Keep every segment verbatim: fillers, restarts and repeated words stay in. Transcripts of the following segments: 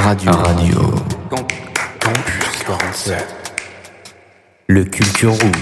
Radio. Radio. Campus quarante-sept. Le Culture Room.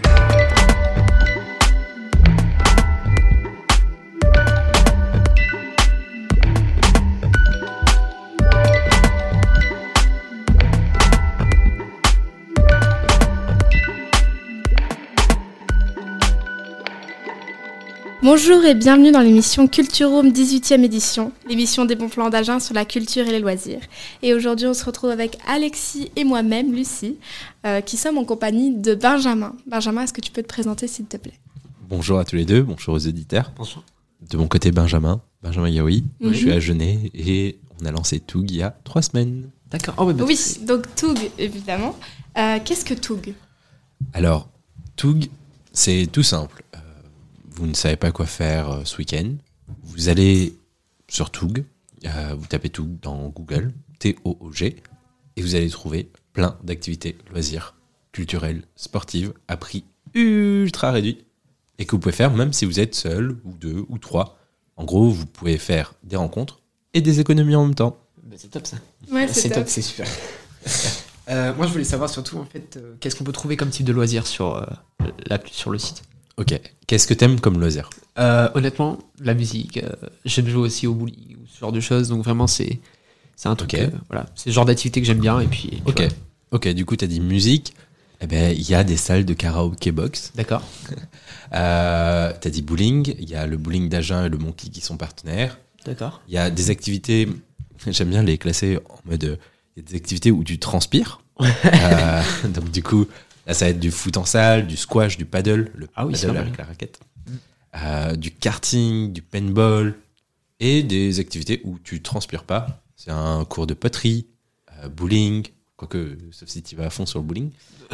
Bonjour et bienvenue dans l'émission Culture Room dix-huitième édition, l'émission des bons plans d'Agen sur la culture et les loisirs. Et aujourd'hui, on se retrouve avec Alexis et moi-même, Lucie, euh, qui sommes en compagnie de Benjamin. Benjamin, est-ce que tu peux te présenter, s'il te plaît ? Bonjour à tous les deux, bonjour aux éditeurs. Bonjour. De mon côté, Benjamin, Benjamin Yaoui. Mhm. Je suis à Genève et on a lancé Toug il y a trois semaines. D'accord. Oh, ouais, bah, Oui, donc Toug, évidemment. Euh, qu'est-ce que Toug ? Alors, Toug, c'est tout simple. Euh, vous ne savez pas quoi faire euh, ce week-end. Vous allez sur Toug, euh, vous tapez Toug dans Google, T O O G, et vous allez trouver plein d'activités, loisirs, culturelles, sportives, à prix ultra réduit, et que vous pouvez faire même si vous êtes seul, ou deux, ou trois. En gros, vous pouvez faire des rencontres et des économies en même temps. bah, c'est top ça. Ouais, c'est top, c'est super. euh, moi, je voulais savoir surtout en fait, euh, qu'est-ce qu'on peut trouver comme type de loisir sur euh, l'appli, sur le site. Ok, qu'est-ce que t'aimes comme loisir ? Euh, honnêtement, la musique. Euh, j'aime jouer aussi au bowling ou ce genre de choses. Donc vraiment, c'est c'est un truc. Ok. Euh, voilà, c'est le genre d'activité que j'aime bien. Et puis. et puis Ok, voilà. ok. Du coup, t'as dit musique. Eh ben, il y a des salles de karaoké box. D'accord. Euh, t'as dit bowling. Il y a le bowling d'Agen et le Monkey qui sont partenaires. D'accord. Il y a des activités. J'aime bien les classer en mode. euh, Il y a des activités où tu transpires. Euh, donc du coup, là, ça va être du foot en salle, du squash, du paddle, le Ah oui, c'est paddle pas mal. avec la raquette, euh, du karting, du paintball, et des activités où tu transpires pas. C'est un cours de poterie, euh, bowling, quoique, sauf si tu vas à fond sur le bowling.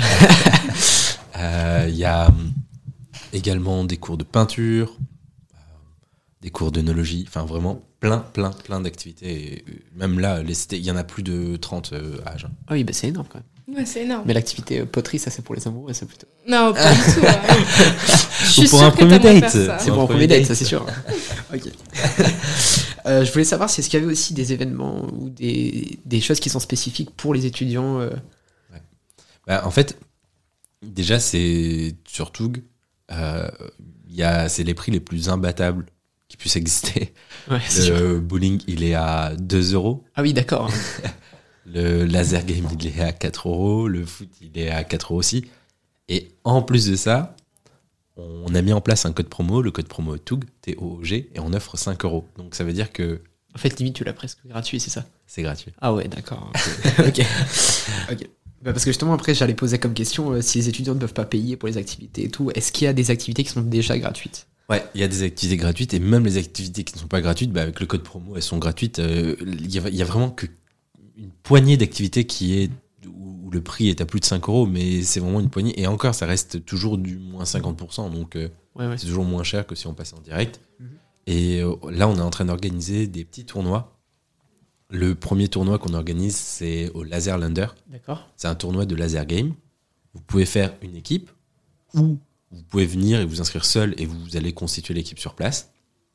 Euh, Il y a hum, également des cours de peinture, euh, des cours d'œnologie, enfin vraiment plein, plein, plein d'activités. Et, euh, même là, les cités, il y en a plus de trente euh, à Agen. Ah oui, bah, c'est énorme quand même. Ouais, c'est énorme. Mais l'activité euh, poterie, ça c'est pour les amoureux, ça plutôt. Non, pas du tout. hein. Je suis pour sûre un que premier t'aimerais date. faire ça. C'est pour un premier date, ça c'est sûr. Ok. Euh, je voulais savoir si est-ce qu'il y avait aussi des événements ou des, des choses qui sont spécifiques pour les étudiants. euh, Bah, en fait, déjà, c'est sur Toug, euh, il y a, c'est les prix les plus imbattables qui puissent exister. Ouais, c'est sûr. Le bowling, il est à deux euros. Ah oui, d'accord. Le laser game, il est à quatre euros. Le foot, il est à quatre euros aussi. Et en plus de ça, on a mis en place un code promo, le code promo Toug, T O O G, et on offre cinq euros. Donc ça veut dire que En fait, limite, tu l'as presque gratuit, c'est ça? c'est gratuit. Ah ouais, d'accord. Ok. Ok. Bah parce que justement, après, j'allais poser comme question euh, si les étudiants ne peuvent pas payer pour les activités et tout. Est-ce qu'il y a des activités qui sont déjà gratuites? Ouais, il y a des activités gratuites, et même les activités qui ne sont pas gratuites, bah, avec le code promo, elles sont gratuites. Euh, Il y, a- il y a vraiment que une poignée d'activités qui est où où le prix est à plus de cinq euros, mais c'est vraiment une poignée. Et encore, ça reste toujours du moins cinquante pour cent, donc euh, Ouais, ouais. c'est toujours moins cher que si on passait en direct. Mhm. Et euh, là, on est en train d'organiser des petits tournois. Le premier tournoi qu'on organise, c'est au Laserlander. D'accord. C'est un tournoi de laser game. Vous pouvez faire une équipe, ou vous pouvez venir et vous inscrire seul et vous allez constituer l'équipe sur place.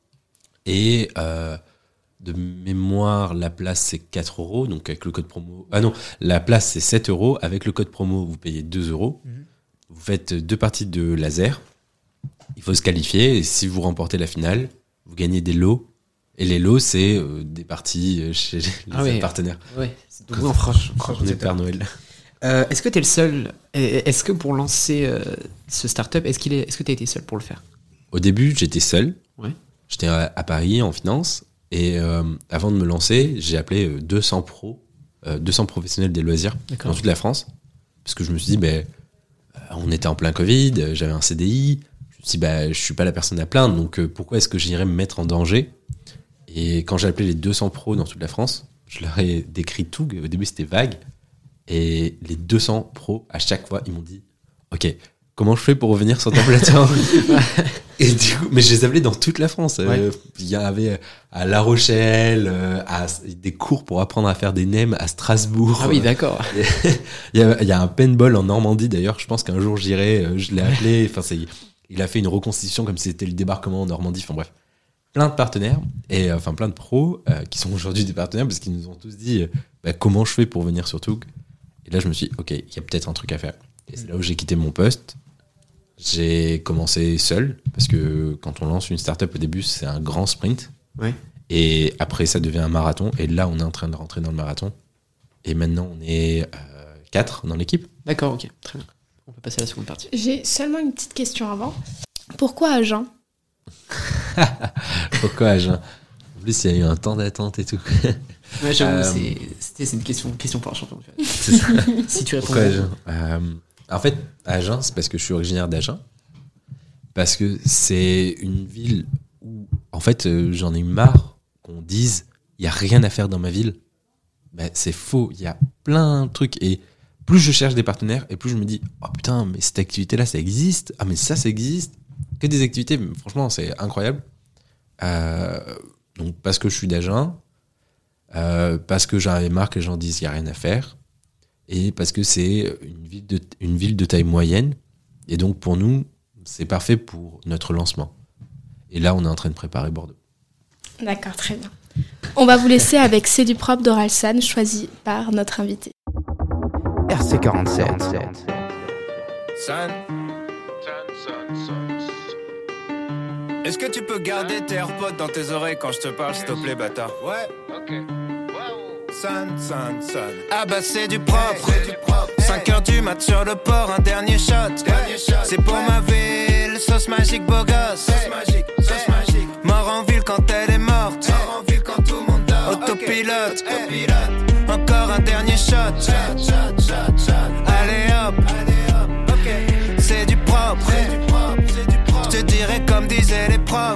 Et euh, de mémoire, la place c'est quatre euros, donc avec le code promo. Ah non, la place c'est sept euros. Avec le code promo, vous payez deux euros. Mhm. Vous faites deux parties de laser. Il faut se qualifier, et si vous remportez la finale, vous gagnez des lots. Et les lots, c'est euh, des parties euh, chez les Ah ouais. partenaires. Ouais. C'est donc, oui, franchement, On franchement, est c'est Père top. Noël. Euh, est-ce que t'es le seul? euh, Est-ce que pour lancer euh, ce startup, est-ce qu'il est, est-ce que t'as été seul pour le faire? Au début, j'étais seul. Ouais. J'étais à à Paris en finance. Et euh, avant de me lancer, j'ai appelé euh, deux cents pros, euh, deux cents professionnels des loisirs D'accord. dans toute la France. Parce que je me suis dit, ben, euh, on était en plein Covid, euh, j'avais un C D I. Je me suis dit, ben, je suis pas la personne à plaindre, donc euh, pourquoi est-ce que j'irais me mettre en danger? Et quand j'ai appelé les deux cents pros dans toute la France, je leur ai décrit tout. Au début, c'était vague. Et les deux cents pros, à chaque fois, ils m'ont dit, OK, comment je fais pour revenir sur ta plateforme? Et du coup, mais je les appelais dans toute la France. Euh, Ouais. Il y avait à La Rochelle, euh, à, des cours pour apprendre à faire des nems à Strasbourg. Ah oui, d'accord. Il y, a, il y a un paintball en Normandie d'ailleurs. Je pense qu'un jour j'irai. euh, Je l'ai appelé. Enfin, c'est, il a fait une reconstitution comme si c'était le débarquement en Normandie. Enfin bref, plein de partenaires et euh, enfin plein de pros euh, qui sont aujourd'hui des partenaires parce qu'ils nous ont tous dit euh, bah, comment je fais pour venir sur Toug ? Et là, je me suis dit, ok, il y a peut-être un truc à faire. Et c'est là où j'ai quitté mon poste. J'ai commencé seul, parce que quand on lance une startup au début, c'est un grand sprint. Ouais. Et après, ça devient un marathon. Et là, on est en train de rentrer dans le marathon. Et maintenant, on est euh, quatre dans l'équipe. D'accord, ok, très bien. On peut passer à la seconde partie. J'ai seulement une petite question avant. Pourquoi Agen ? Pourquoi Agen ? En plus, il y a eu un temps d'attente et tout. Ouais, j'avoue, Euh, c'est, c'était, c'est une question, question pour un champion. C'est ça. Si tu réponds. Pourquoi Agen ? Euh, En fait, Agen, c'est parce que je suis originaire d'Agen. Parce que c'est une ville où, en fait, euh, j'en ai eu marre qu'on dise il n'y a rien à faire dans ma ville. Ben, c'est faux. Il y a plein de trucs. Et plus je cherche des partenaires, et plus je me dis oh putain, mais cette activité-là, ça existe. Ah, mais ça, ça existe. Que des activités, mais franchement, c'est incroyable. Euh, donc, parce que je suis d'Agen, euh, parce que j'en avais marre que les gens disent il n'y a rien à faire. Et parce que c'est une ville, de, une ville de taille moyenne. Et donc, pour nous, c'est parfait pour notre lancement. Et là, on est en train de préparer Bordeaux. D'accord, très bien. On va vous laisser avec C'est du propre d'Oralsan, choisi par notre invité. R C quarante-sept. San. Est-ce que tu peux garder tes AirPods dans tes oreilles quand je te parle, s'il te plaît, bâtard? Ouais, ok. San, san, san. Ah bah c'est du propre. cinq heures du mat sur le port, un dernier shot. C'est pour ma ville, sauce magique, beau gosse. Sauce magique, sauce magique. Mort en ville quand elle est morte. Mort en ville quand tout le monde dort. Autopilote, autopilote. Encore un dernier shot. Allez hop, c'est du propre. Je te dirais comme disaient les profs.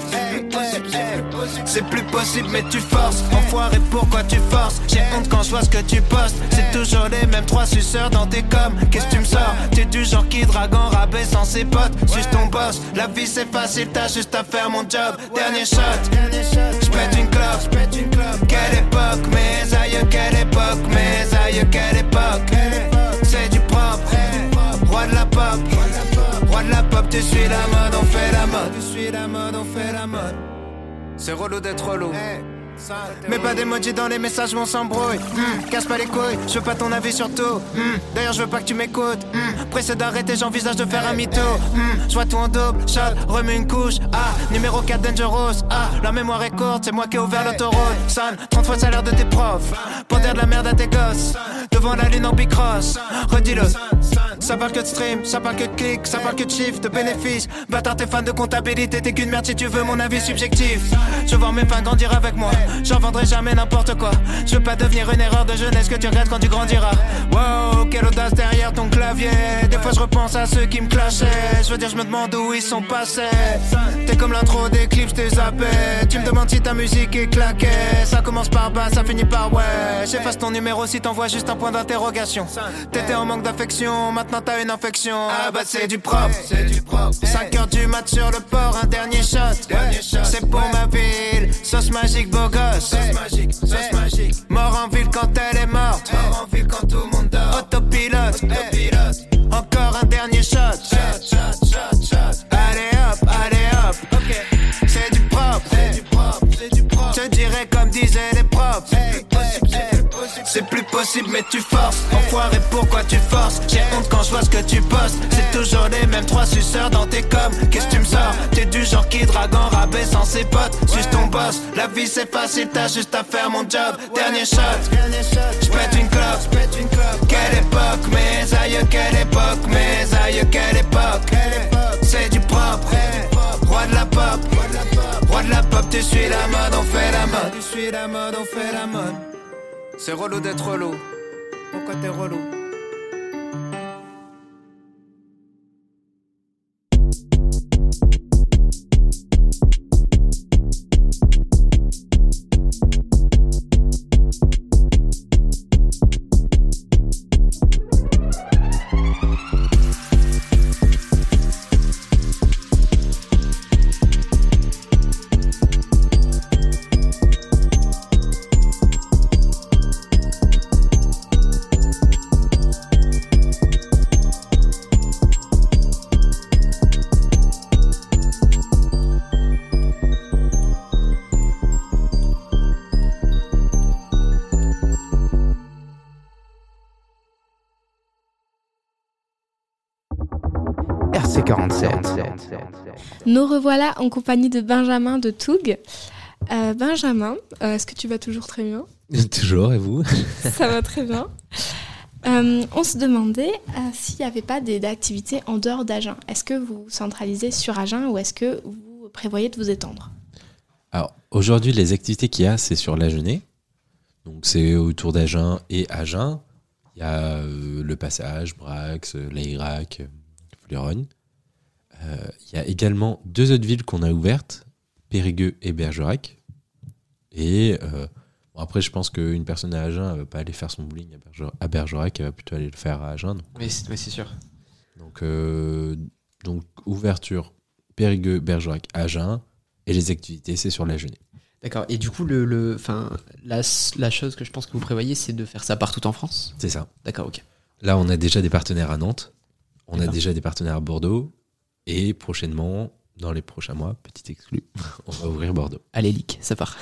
C'est plus possible mais tu forces. Enfoiré, pourquoi tu forces? J'ai honte quand je vois ce que tu postes. C'est toujours les mêmes trois suceurs dans tes coms. Qu'est-ce que tu me sors? T'es du genre qui drague en rabais sans ses potes. Suis ton boss, la vie c'est facile, t'as juste à faire mon job. Dernier shot, j'pète une clope. Quelle époque, mes aïeux, quelle époque, mes aïeux, quelle époque. C'est du propre, roi de la pop. Roi de la pop, tu suis la mode, on fait la mode. Tu suis la mode, on fait la mode. C'est relou d'être relou. Mais pas d'emoji dans les messages, on s'embrouille. mm, Casse pas les couilles, je veux pas ton avis sur tout. mm, D'ailleurs je veux pas que tu m'écoutes. mm, Pressé d'arrêter, j'envisage de faire un mytho. mm, Je vois tout en double, shot, remets une couche. Ah, numéro quatre Dangerous. Ah, la mémoire est courte, c'est moi qui ai ouvert l'autoroute. San, trente fois le salaire de tes profs. Pour dire de la merde à tes gosses. Devant la lune en bicross. Redis-le. Ça parle que de stream, ça parle que de clics, ça parle que de chiffres, de bénéfices. Bâtard, t'es fan de comptabilité, t'es qu'une merde si tu veux mon avis subjectif. Je veux voir mes fans grandir avec moi. J'en vendrai jamais n'importe quoi. Je veux pas devenir une erreur de jeunesse que tu regrettes quand tu grandiras. Wow, quelle audace derrière ton clavier. Des fois je repense à ceux qui me clashaient. Je veux dire, je me demande où ils sont passés. T'es comme l'intro des clips, je t'ai zappé. Tu me demandes si ta musique est claquée. Ça commence par bas, ça finit par ouais. J'efface ton numéro si t'envoies juste un point d'interrogation. T'étais en manque d'affection, maintenant t'as une infection. Ah bah c'est du propre, c'est du propre. cinq heures du mat sur le port, un dernier shot. C'est pour ma ville, sauce magique, beau gosse. Sauce magique, sauce magique. Mort en ville quand elle est morte. Mort en ville quand tout le monde dort. Autopilote, autopilote. Encore un dernier shot. Shot, shot, shot, shot. Allez hop, allez hop. Ok. C'est du propre, c'est du propre, c'est du propre. Je dirais comme disaient les profs. C'est plus possible mais tu forces. Enfoiré, pourquoi tu forces? J'ai honte quand je vois ce que tu postes. C'est toujours les mêmes trois suceurs dans tes coms. Qu'est-ce que tu me sors? T'es du genre qui drague en rabais sans ses potes. Suis ton boss, la vie c'est facile, t'as juste à faire mon job. Dernier shot, j'pète une clope. Quelle époque, mes aïeux, quelle époque, mes aïeux, quelle époque. C'est du propre, roi de la pop. Roi de la pop, tu suis la mode, on fait la mode. Tu suis la mode, on fait la mode. C'est relou d'être relou. Pourquoi t'es relou? C quarante-sept. Nous revoilà en compagnie de Benjamin de Toug. Euh, Benjamin, euh, est-ce que tu vas toujours très bien ? Toujours, et vous ? Ça va très bien. Euh, on se demandait euh, s'il n'y avait pas des, des activités en dehors d'Agen. Est-ce que vous centralisez sur Agen ou est-ce que vous prévoyez de vous étendre ? Alors, aujourd'hui, les activités qu'il y a, c'est sur l'Agenais. Donc, c'est autour d'Agen et Agen. Il y a euh, le Passage, Brax, l'Airac, Fleurone. Euh, il y a également deux autres villes qu'on a ouvertes, Périgueux et Bergerac. Et euh, bon, après, je pense qu'une personne à Agen, elle ne va pas aller faire son bowling à, Berger- à Bergerac, elle va plutôt aller le faire à Agen. Donc, Oui, c'est, oui, c'est sûr. donc, euh, donc ouverture Périgueux, Bergerac, Agen. Et les activités, c'est sur l'Agenais. D'accord. Et du coup, le, le, enfin, la, la chose que je pense que vous prévoyez, c'est de faire ça partout en France ? C'est ça. D'accord, ok. Là, on a déjà des partenaires à Nantes. On D'accord. a déjà des partenaires à Bordeaux. Et prochainement, dans les prochains mois, petit exclu, on va ouvrir Bordeaux. Allez, Lick, ça part.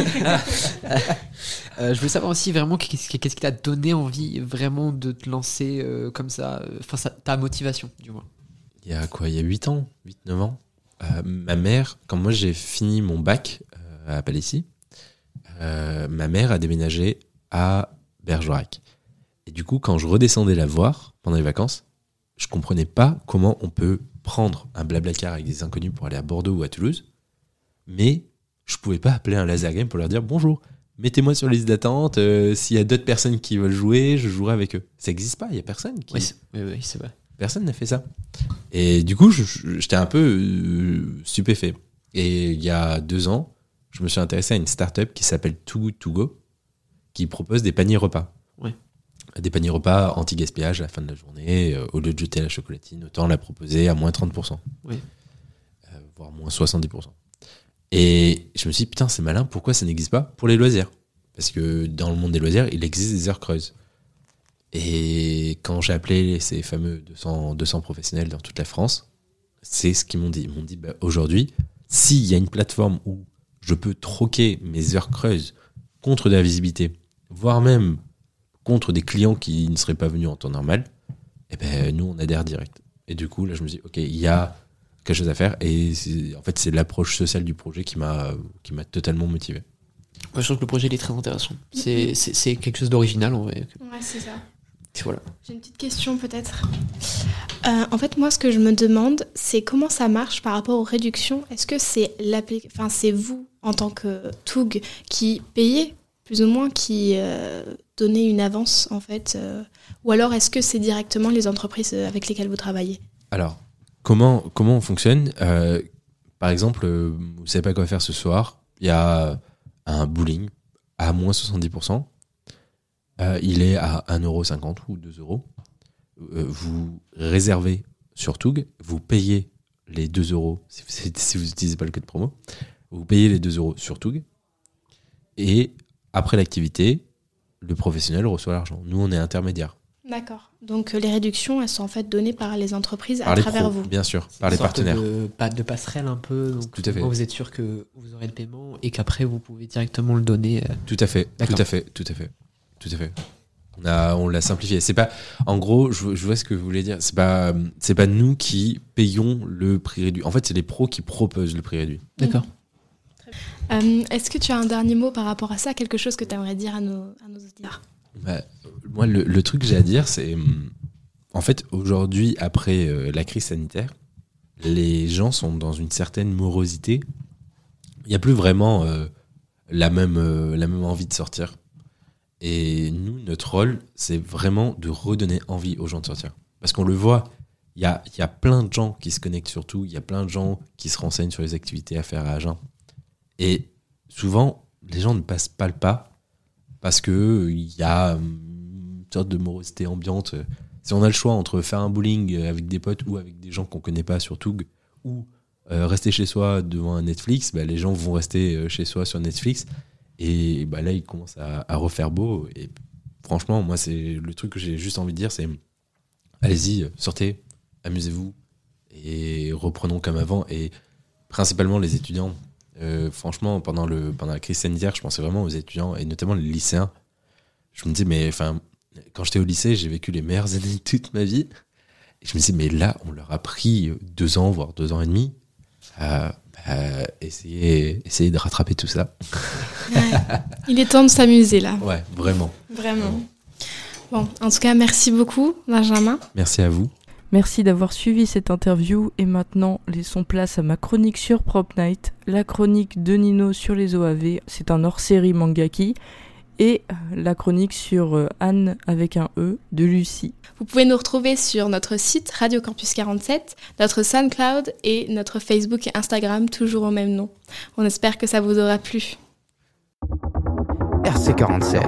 euh, je voulais savoir aussi vraiment qu'est-ce qui, qu'est-ce qui t'a donné envie vraiment de te lancer euh, comme ça, enfin, ça, ta motivation, du moins. Il y a quoi ? Il y a huit ans, huit neuf ans. Euh, ma mère, quand moi j'ai fini mon bac euh, à Palissy, euh, ma mère a déménagé à Bergerac. Et du coup, quand je redescendais la voir pendant les vacances, je comprenais pas comment on peut prendre un blablacar avec des inconnus pour aller à Bordeaux ou à Toulouse, mais je pouvais pas appeler un laser game pour leur dire bonjour, mettez-moi sur la liste d'attente, euh, s'il y a d'autres personnes qui veulent jouer, je jouerai avec eux. Ça n'existe pas, il y a personne qui... Oui, c'est, oui, oui, c'est vrai. Personne n'a fait ça. Et du coup, je- je- j'étais un peu euh, stupéfait. Et il y a deux ans, je me suis intéressé à une start-up qui s'appelle Too Good To Go, qui propose des paniers repas. Ouais. Des paniers repas anti-gaspillage à la fin de la journée. Euh, au lieu de jeter la chocolatine, autant la proposer à moins trente pour cent. Oui. Euh, voire moins soixante-dix pour cent. Et je me suis dit, putain, c'est malin, pourquoi ça n'existe pas pour les loisirs ? Parce que dans le monde des loisirs, il existe des heures creuses. Et quand j'ai appelé ces fameux deux cents, deux cents professionnels dans toute la France, c'est ce qu'ils m'ont dit. Ils m'ont dit, bah, aujourd'hui, s'il y a une plateforme où je peux troquer mes heures creuses contre de la visibilité, voire même contre des clients qui ne seraient pas venus en temps normal, eh ben, nous, on adhère direct. Et du coup, là, je me dis, OK, il y a quelque chose à faire. Et c'est- en fait, c'est l'approche sociale du projet qui m'a, qui m'a totalement motivé. Moi, je trouve que le projet il est très intéressant. C'est, c'est, c'est quelque chose d'original en vrai. Ouais, c'est ça. Et voilà. J'ai une petite question peut-être. Euh, en fait, moi, ce que je me demande, c'est comment ça marche par rapport aux réductions. Est-ce que c'est, l'appli- enfin, c'est vous, en tant que Toug, qui payez, plus ou moins, qui euh, donnez une avance, en fait euh, ou alors est-ce que c'est directement les entreprises avec lesquelles vous travaillez ? Alors, comment, comment on fonctionne ? Euh, Par exemple, euh, vous ne savez pas quoi faire ce soir, il y a un bowling à moins soixante-dix pour cent. Euh, il est à un euro cinquante ou deux euros. Euh, vous réservez sur Toug, vous payez les deux euros, si vous si vous n'utilisez pas le code promo, vous payez les deux euros sur Toug, et après l'activité, le professionnel reçoit l'argent. Nous, on est intermédiaire. D'accord. Donc euh, les réductions, elles sont en fait données par les entreprises Par à les travers pros, vous. bien sûr, par les Une sorte partenaires. De, pas- de passerelle un peu. Donc, Tout à fait. Vous êtes sûr que vous aurez le paiement et qu'après vous pouvez directement le donner. euh. Tout à fait, D'accord. tout à fait, tout à fait, tout à fait. On a, on l'a simplifié. C'est pas, en gros, je, je vois ce que vous voulez dire. C'est pas, c'est pas nous qui payons le prix réduit. En fait, c'est les pros qui proposent le prix réduit. D'accord. Euh, est-ce que tu as un dernier mot par rapport à ça, quelque chose que tu aimerais dire à nos, à nos auditeurs ? Bah, moi, le, le truc que j'ai à dire, c'est, hum, en fait, aujourd'hui, après euh, la crise sanitaire, les gens sont dans une certaine morosité. Il n'y a plus vraiment euh, la même, euh, la même envie de sortir. Et nous, notre rôle, c'est vraiment de redonner envie aux gens de sortir. Parce qu'on le voit, il y a, il y a plein de gens qui se connectent surtout, il y a plein de gens qui se renseignent sur les activités à faire à Agen. Et souvent, les gens ne passent pas le pas parce qu'il y a une sorte de morosité ambiante. Si on a le choix entre faire un bowling avec des potes ou avec des gens qu'on ne connaît pas sur Toug, ou euh, rester chez soi devant un Netflix, bah, les gens vont rester chez soi sur Netflix. Et bah, là, il commence à, à refaire beau. Et franchement, moi, c'est le truc que j'ai juste envie de dire, c'est allez-y, sortez, amusez-vous et reprenons comme avant. Et principalement les étudiants. Euh, franchement, pendant, le, pendant la crise sanitaire, je pensais vraiment aux étudiants et notamment les lycéens. Je me disais, mais enfin, quand j'étais au lycée, j'ai vécu les meilleures années de toute ma vie. Et je me disais, mais là, on leur a pris deux ans, voire deux ans et demi. Euh, bah, essayez, essayez de rattraper tout ça. Ouais. Il est temps de s'amuser là. Ouais, vraiment. Vraiment. Bon, en tout cas, merci beaucoup, Benjamin. Merci à vous. Merci d'avoir suivi cette interview et maintenant laissons place à ma chronique sur Prop Night, la chronique de Nino sur les O A V, c'est un hors-série Mangaki, et la chronique sur euh, Anne avec un E de Lucie. Vous pouvez nous retrouver sur notre site Radio Campus quarante-sept, notre SoundCloud et notre Facebook et Instagram toujours au même nom. On espère que ça vous aura plu. R C quarante-sept.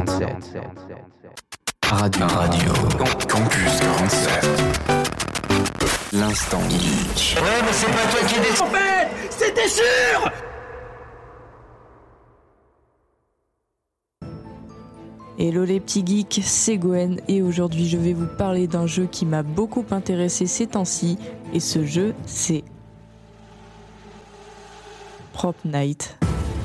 Radio, Radio. Campus quarante-sept. L'instant geek. Ouais, mais c'est pas toi qui décide. En fait, c'était sûr. Hello les petits geeks, c'est Gwen et aujourd'hui je vais vous parler d'un jeu qui m'a beaucoup intéressé ces temps-ci et ce jeu c'est Prop Night.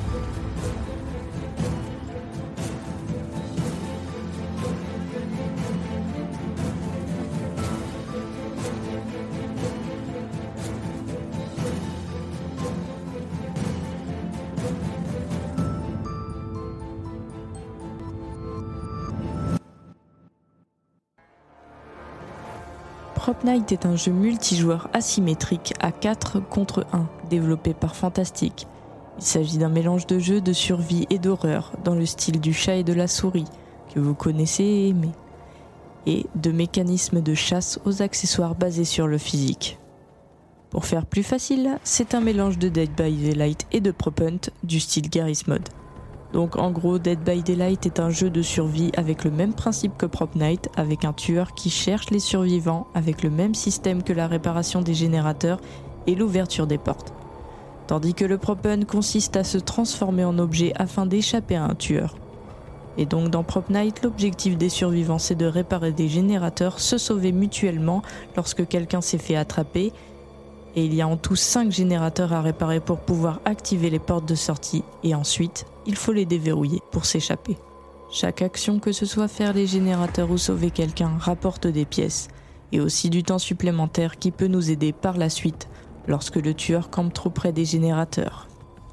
Prop Night est un jeu multijoueur asymétrique à quatre contre un, développé par Fantastic. Il s'agit d'un mélange de jeux de survie et d'horreur, dans le style du chat et de la souris, que vous connaissez et aimez, et de mécanismes de chasse aux accessoires basés sur le physique. Pour faire plus facile, c'est un mélange de Dead by Daylight et de Prop Hunt du style Garry's Mod. Donc en gros, Dead by Daylight est un jeu de survie avec le même principe que Prop Night, avec un tueur qui cherche les survivants, avec le même système que la réparation des générateurs et l'ouverture des portes. Tandis que le Prop Hunt consiste à se transformer en objet afin d'échapper à un tueur. Et donc dans Prop Night, l'objectif des survivants c'est de réparer des générateurs, se sauver mutuellement lorsque quelqu'un s'est fait attraper, et il y a en tout cinq générateurs à réparer pour pouvoir activer les portes de sortie, et ensuite, il faut les déverrouiller pour s'échapper. Chaque action, que ce soit faire les générateurs ou sauver quelqu'un, rapporte des pièces, et aussi du temps supplémentaire qui peut nous aider par la suite, lorsque le tueur campe trop près des générateurs.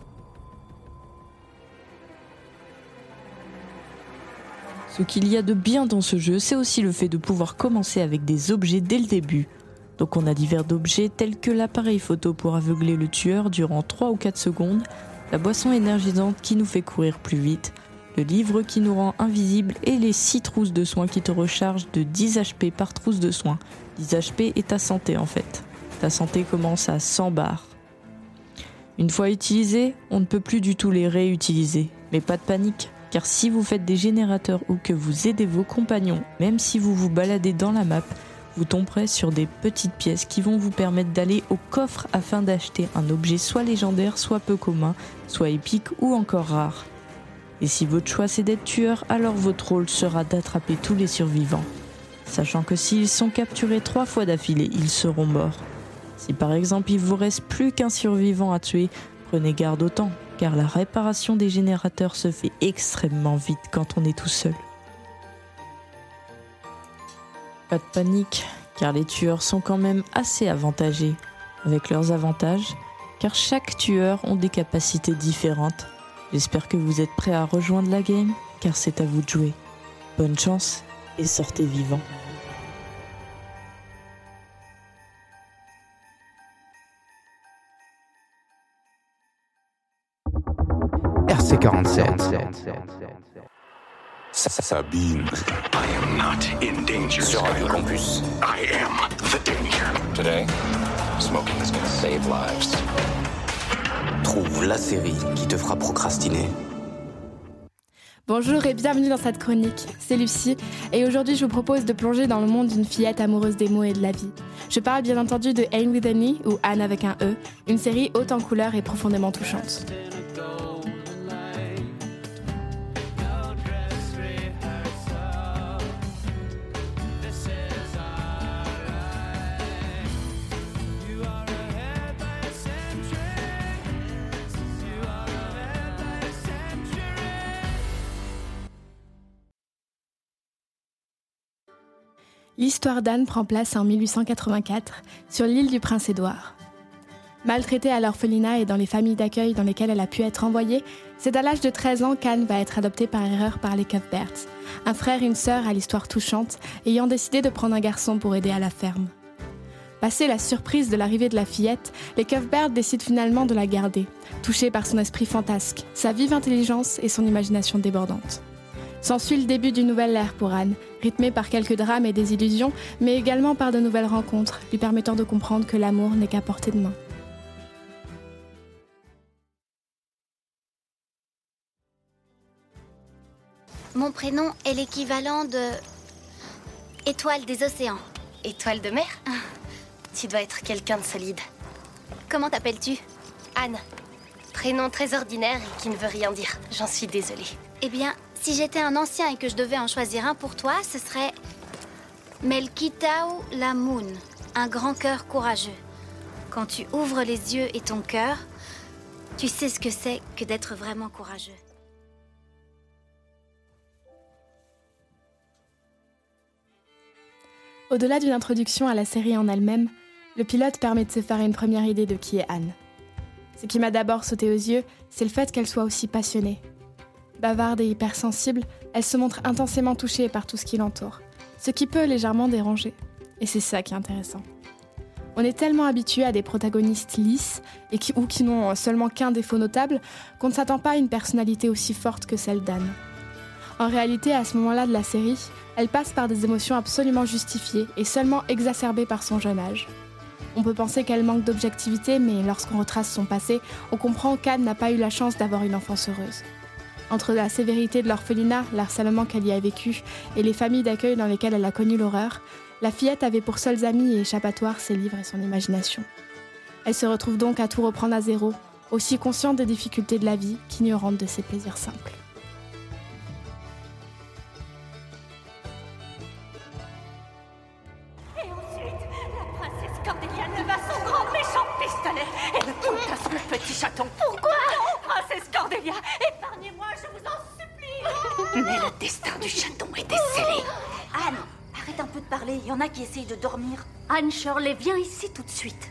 Ce qu'il y a de bien dans ce jeu, c'est aussi le fait de pouvoir commencer avec des objets dès le début. Donc on a divers objets tels que l'appareil photo pour aveugler le tueur durant trois ou quatre secondes, la boisson énergisante qui nous fait courir plus vite, le livre qui nous rend invisible et les six trousses de soins qui te rechargent de dix H P par trousse de soins. dix H P est ta santé en fait. Ta santé commence à cent barres. Une fois utilisés, on ne peut plus du tout les réutiliser. Mais pas de panique, car si vous faites des générateurs ou que vous aidez vos compagnons, même si vous vous baladez dans la map, vous tomberez sur des petites pièces qui vont vous permettre d'aller au coffre afin d'acheter un objet soit légendaire, soit peu commun, soit épique ou encore rare. Et si votre choix c'est d'être tueur, alors votre rôle sera d'attraper tous les survivants. Sachant que s'ils sont capturés trois fois d'affilée, ils seront morts. Si par exemple il vous reste plus qu'un survivant à tuer, prenez garde au temps, car la réparation des générateurs se fait extrêmement vite quand on est tout seul. Pas de panique, car les tueurs sont quand même assez avantagés, avec leurs avantages, car chaque tueur ont des capacités différentes. J'espère que vous êtes prêts à rejoindre la game, car c'est à vous de jouer. Bonne chance et sortez vivants. R C quarante-sept. Sabine. I am not in danger. Sur Radio Campus. I am the danger. Today, smoking is gonna save lives. Trouve la série qui te fera procrastiner. Bonjour et bienvenue dans cette chronique, c'est Lucie et aujourd'hui je vous propose de plonger dans le monde d'une fillette amoureuse des mots et de la vie. Je parle bien entendu de Anne with an E ou Anne avec un E, une série haute en couleurs et profondément touchante. L'histoire d'Anne prend place en mille huit cent quatre-vingt-quatre sur l'île du Prince-Édouard. Maltraitée à l'orphelinat et dans les familles d'accueil dans lesquelles elle a pu être envoyée, c'est à l'âge de treize ans qu'Anne va être adoptée par erreur par les Cuthbert, un frère et une sœur à l'histoire touchante, ayant décidé de prendre un garçon pour aider à la ferme. Passée la surprise de l'arrivée de la fillette, les Cuthbert décident finalement de la garder, touchés par son esprit fantasque, sa vive intelligence et son imagination débordante. S'ensuit le début d'une nouvelle ère pour Anne, rythmée par quelques drames et désillusions, mais également par de nouvelles rencontres, lui permettant de comprendre que l'amour n'est qu'à portée de main. Mon prénom est l'équivalent de... étoile des océans. Étoile de mer ? Tu dois être quelqu'un de solide. Comment t'appelles-tu ? Anne. Prénom très ordinaire et qui ne veut rien dire. J'en suis désolée. Eh bien, si j'étais un ancien et que je devais en choisir un pour toi, ce serait... Melkitao Lamoun, un grand cœur courageux. Quand tu ouvres les yeux et ton cœur, tu sais ce que c'est que d'être vraiment courageux. Au-delà d'une introduction à la série en elle-même, le pilote permet de se faire une première idée de qui est Anne. Ce qui m'a d'abord sauté aux yeux, c'est le fait qu'elle soit aussi passionnée. Bavarde et hypersensible, elle se montre intensément touchée par tout ce qui l'entoure, ce qui peut légèrement déranger. Et c'est ça qui est intéressant. On est tellement habitué à des protagonistes lisses, et qui, ou qui n'ont seulement qu'un défaut notable, qu'on ne s'attend pas à une personnalité aussi forte que celle d'Anne. En réalité, à ce moment-là de la série, elle passe par des émotions absolument justifiées et seulement exacerbées par son jeune âge. On peut penser qu'elle manque d'objectivité, mais lorsqu'on retrace son passé, on comprend qu'Anne n'a pas eu la chance d'avoir une enfance heureuse. Entre la sévérité de l'orphelinat, l'harcèlement qu'elle y a vécu, et les familles d'accueil dans lesquelles elle a connu l'horreur, la fillette avait pour seuls amis et échappatoires ses livres et son imagination. Elle se retrouve donc à tout reprendre à zéro, aussi consciente des difficultés de la vie qu'ignorante de ses plaisirs simples. Petit chaton. Pourquoi ? Princesse Cordelia, épargnez-moi, je vous en supplie. Mais le destin du chaton était scellé. Anne, arrête un peu de parler, il y en a qui essayent de dormir. Anne Shirley, viens ici tout de suite.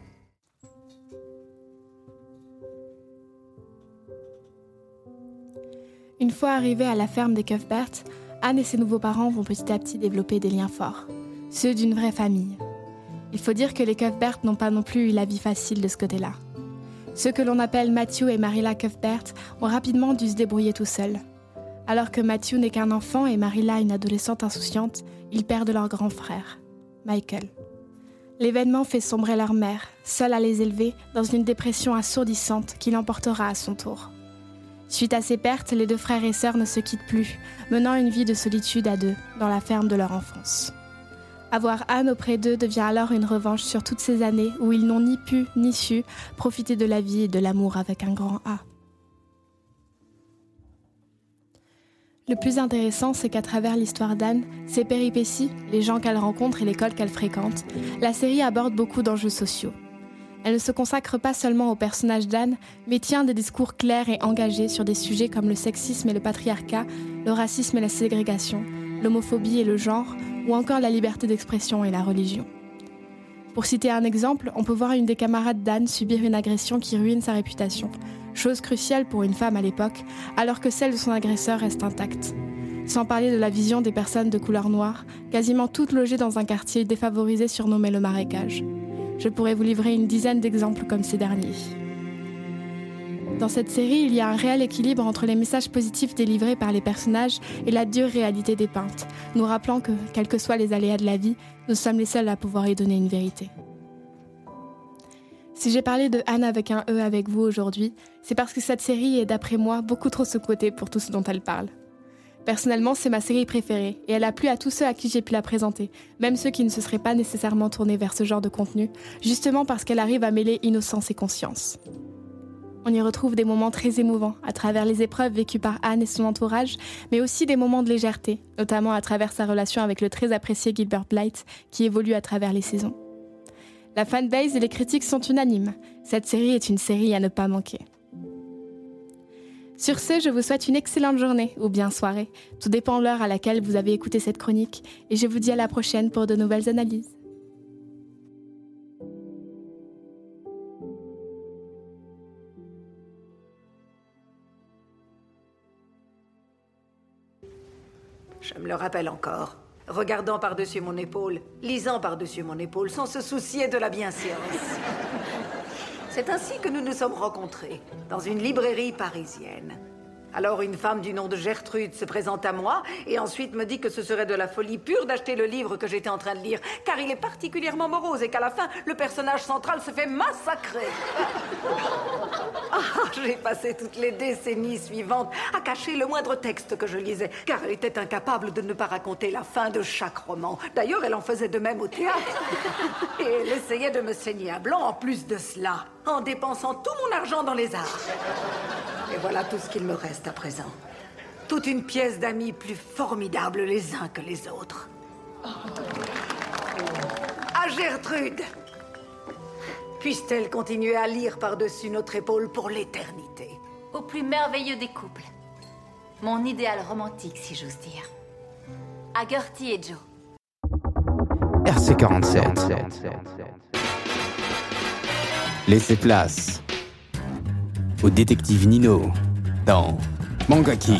Une fois arrivée à la ferme des Cuthbert, Anne et ses nouveaux parents vont petit à petit développer des liens forts, ceux d'une vraie famille. Il faut dire que les Cuthbert n'ont pas non plus eu la vie facile de ce côté-là. Ceux que l'on appelle Matthew et Marilla Cuthbert ont rapidement dû se débrouiller tout seuls. Alors que Matthew n'est qu'un enfant et Marilla une adolescente insouciante, ils perdent leur grand frère, Michael. L'événement fait sombrer leur mère, seule à les élever, dans une dépression assourdissante qui l'emportera à son tour. Suite à ces pertes, les deux frères et sœurs ne se quittent plus, menant une vie de solitude à deux, dans la ferme de leur enfance. Avoir Anne auprès d'eux devient alors une revanche sur toutes ces années où ils n'ont ni pu ni su profiter de la vie et de l'amour avec un grand A. Le plus intéressant, c'est qu'à travers l'histoire d'Anne, ses péripéties, les gens qu'elle rencontre et l'école qu'elle fréquente, la série aborde beaucoup d'enjeux sociaux. Elle ne se consacre pas seulement au personnage d'Anne, mais tient des discours clairs et engagés sur des sujets comme le sexisme et le patriarcat, le racisme et la ségrégation, l'homophobie et le genre, ou encore la liberté d'expression et la religion. Pour citer un exemple, on peut voir une des camarades d'Anne subir une agression qui ruine sa réputation, chose cruciale pour une femme à l'époque, alors que celle de son agresseur reste intacte. Sans parler de la vision des personnes de couleur noire, quasiment toutes logées dans un quartier défavorisé surnommé le Marécage. Je pourrais vous livrer une dizaine d'exemples comme ces derniers. Dans cette série, il y a un réel équilibre entre les messages positifs délivrés par les personnages et la dure réalité dépeinte, nous rappelant que, quels que soient les aléas de la vie, nous sommes les seuls à pouvoir y donner une vérité. Si j'ai parlé de Anne avec un E avec vous aujourd'hui, c'est parce que cette série est, d'après moi, beaucoup trop sous-cotée pour tout ce dont elle parle. Personnellement, c'est ma série préférée, et elle a plu à tous ceux à qui j'ai pu la présenter, même ceux qui ne se seraient pas nécessairement tournés vers ce genre de contenu, justement parce qu'elle arrive à mêler innocence et conscience. On y retrouve des moments très émouvants à travers les épreuves vécues par Anne et son entourage, mais aussi des moments de légèreté, notamment à travers sa relation avec le très apprécié Gilbert Blythe, qui évolue à travers les saisons. La fanbase et les critiques sont unanimes. Cette série est une série à ne pas manquer. Sur ce, je vous souhaite une excellente journée ou bien soirée. Tout dépend de l'heure à laquelle vous avez écouté cette chronique. Et je vous dis à la prochaine pour de nouvelles analyses. Je me le rappelle encore, regardant par-dessus mon épaule, lisant par-dessus mon épaule, sans se soucier de la bienséance. C'est ainsi que nous nous sommes rencontrés, dans une librairie parisienne. Alors une femme du nom de Gertrude se présente à moi et ensuite me dit que ce serait de la folie pure d'acheter le livre que j'étais en train de lire, car il est particulièrement morose et qu'à la fin, le personnage central se fait massacrer. Ah, j'ai passé toutes les décennies suivantes à cacher le moindre texte que je lisais, car elle était incapable de ne pas raconter la fin de chaque roman. D'ailleurs, elle en faisait de même au théâtre. Et elle essayait de me saigner à blanc en plus de cela, en dépensant tout mon argent dans les arts. Et voilà tout ce qu'il me reste à présent. Toute une pièce d'amis plus formidables les uns que les autres. À Gertrude! Puisse-t-elle continuer à lire par-dessus notre épaule pour l'éternité. Au plus merveilleux des couples. Mon idéal romantique, si j'ose dire. À Gertie et Joe. R C quarante-sept. Laissez place au détective Nino dans Mangaki.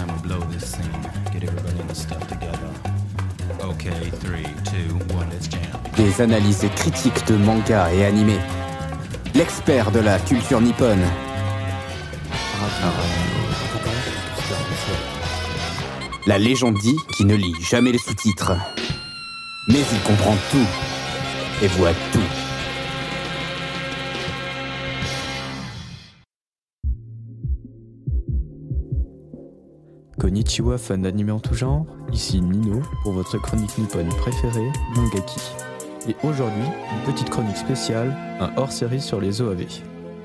Des analyses critiques de manga et animés. L'expert de la culture nippone. La légende dit qu'il ne lit jamais les sous-titres. Mais il comprend tout et voit tout. Konnichiwa, fan d'anime en tout genre, ici Nino pour votre chronique nippone préférée, Mangaki. Et aujourd'hui, une petite chronique spéciale, un hors-série sur les O A V.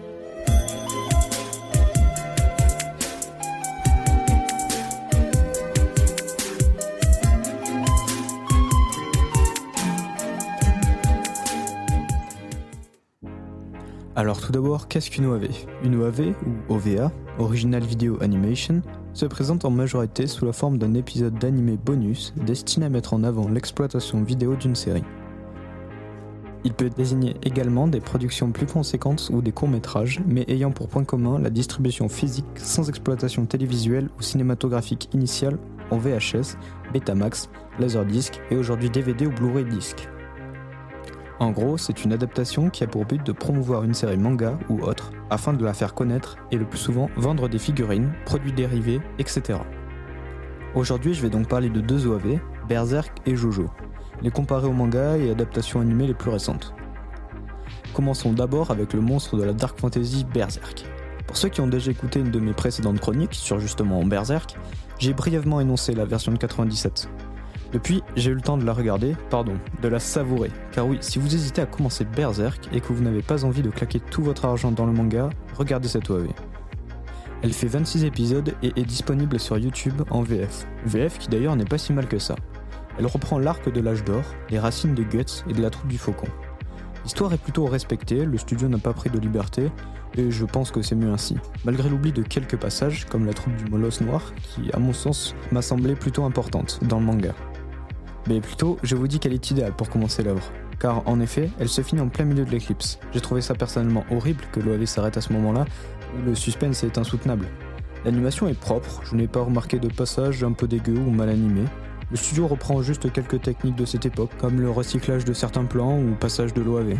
Alors tout d'abord, qu'est-ce qu'une O A V ? Une O A V, ou O V A, Original Video Animation, se présente en majorité sous la forme d'un épisode d'animé bonus destiné à mettre en avant l'exploitation vidéo d'une série. Il peut désigner également des productions plus conséquentes ou des courts-métrages, mais ayant pour point commun la distribution physique sans exploitation télévisuelle ou cinématographique initiale en V H S, Betamax, Laserdisc et aujourd'hui D V D ou Blu-ray disc. En gros, c'est une adaptation qui a pour but de promouvoir une série manga ou autre, afin de la faire connaître et le plus souvent vendre des figurines, produits dérivés, et cetera. Aujourd'hui, je vais donc parler de deux O A V, Berserk et Jojo, les comparer aux mangas et adaptations animées les plus récentes. Commençons d'abord avec le monstre de la Dark Fantasy Berserk. Pour ceux qui ont déjà écouté une de mes précédentes chroniques sur justement Berserk, j'ai brièvement énoncé la version de quatre-vingt-dix-sept. Depuis, j'ai eu le temps de la regarder, pardon, de la savourer. Car oui, si vous hésitez à commencer Berserk et que vous n'avez pas envie de claquer tout votre argent dans le manga, regardez cette O A V. Elle fait vingt-six épisodes et est disponible sur YouTube en V F. V F qui d'ailleurs n'est pas si mal que ça. Elle reprend l'arc de l'âge d'or, les racines de Guts et de la troupe du Faucon. L'histoire est plutôt respectée, le studio n'a pas pris de liberté, et je pense que c'est mieux ainsi. Malgré l'oubli de quelques passages, comme la troupe du Molosse Noir, qui à mon sens m'a semblé plutôt importante dans le manga. Mais plutôt, je vous dis qu'elle est idéale pour commencer l'œuvre, car en effet, elle se finit en plein milieu de l'éclipse. J'ai trouvé ça personnellement horrible que l'O A V s'arrête à ce moment-là, où le suspense est insoutenable. L'animation est propre, je n'ai pas remarqué de passage un peu dégueu ou mal animé. Le studio reprend juste quelques techniques de cette époque, comme le recyclage de certains plans ou passage de l'O A V.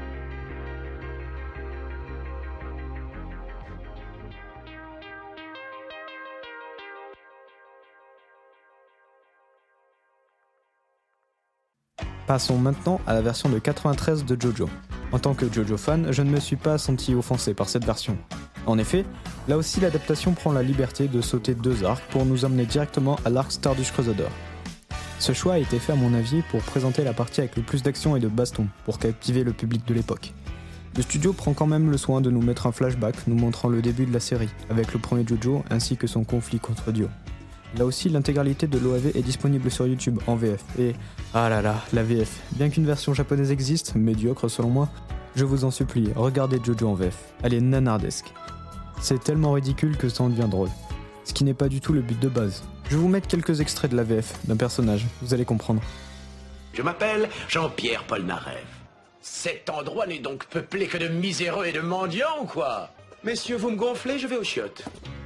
Passons maintenant à la version de quatre-vingt-treize de Jojo. En tant que Jojo fan, je ne me suis pas senti offensé par cette version. En effet, là aussi l'adaptation prend la liberté de sauter deux arcs pour nous emmener directement à l'arc Stardust Crusader. Ce choix a été fait à mon avis pour présenter la partie avec le plus d'action et de baston, pour captiver le public de l'époque. Le studio prend quand même le soin de nous mettre un flashback nous montrant le début de la série, avec le premier Jojo ainsi que son conflit contre Dio. Là aussi, l'intégralité de l'O A V est disponible sur YouTube en V F. Et, ah là là, la V F. Bien qu'une version japonaise existe, médiocre selon moi, je vous en supplie, regardez Jojo en V F. Elle est nanardesque. C'est tellement ridicule que ça en devient drôle. Ce qui n'est pas du tout le but de base. Je vais vous mettre quelques extraits de la V F d'un personnage, vous allez comprendre. Je m'appelle Jean-Pierre Polnareff. Cet endroit n'est donc peuplé que de miséreux et de mendiants ou quoi? Messieurs, vous me gonflez, je vais aux chiottes.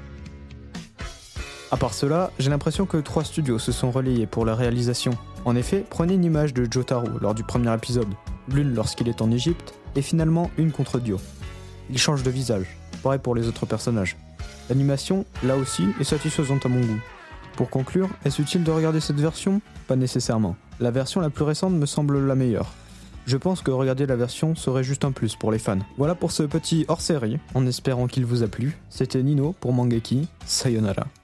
À part cela, j'ai l'impression que trois studios se sont relayés pour la réalisation. En effet, prenez une image de Jotaro lors du premier épisode, l'une lorsqu'il est en Égypte, et finalement une contre Dio. Il change de visage, pareil pour les autres personnages. L'animation, là aussi, est satisfaisante à mon goût. Pour conclure, est-ce utile de regarder cette version? Pas nécessairement. La version la plus récente me semble la meilleure. Je pense que regarder la version serait juste un plus pour les fans. Voilà pour ce petit hors-série, en espérant qu'il vous a plu. C'était Nino pour Mangeki, sayonara.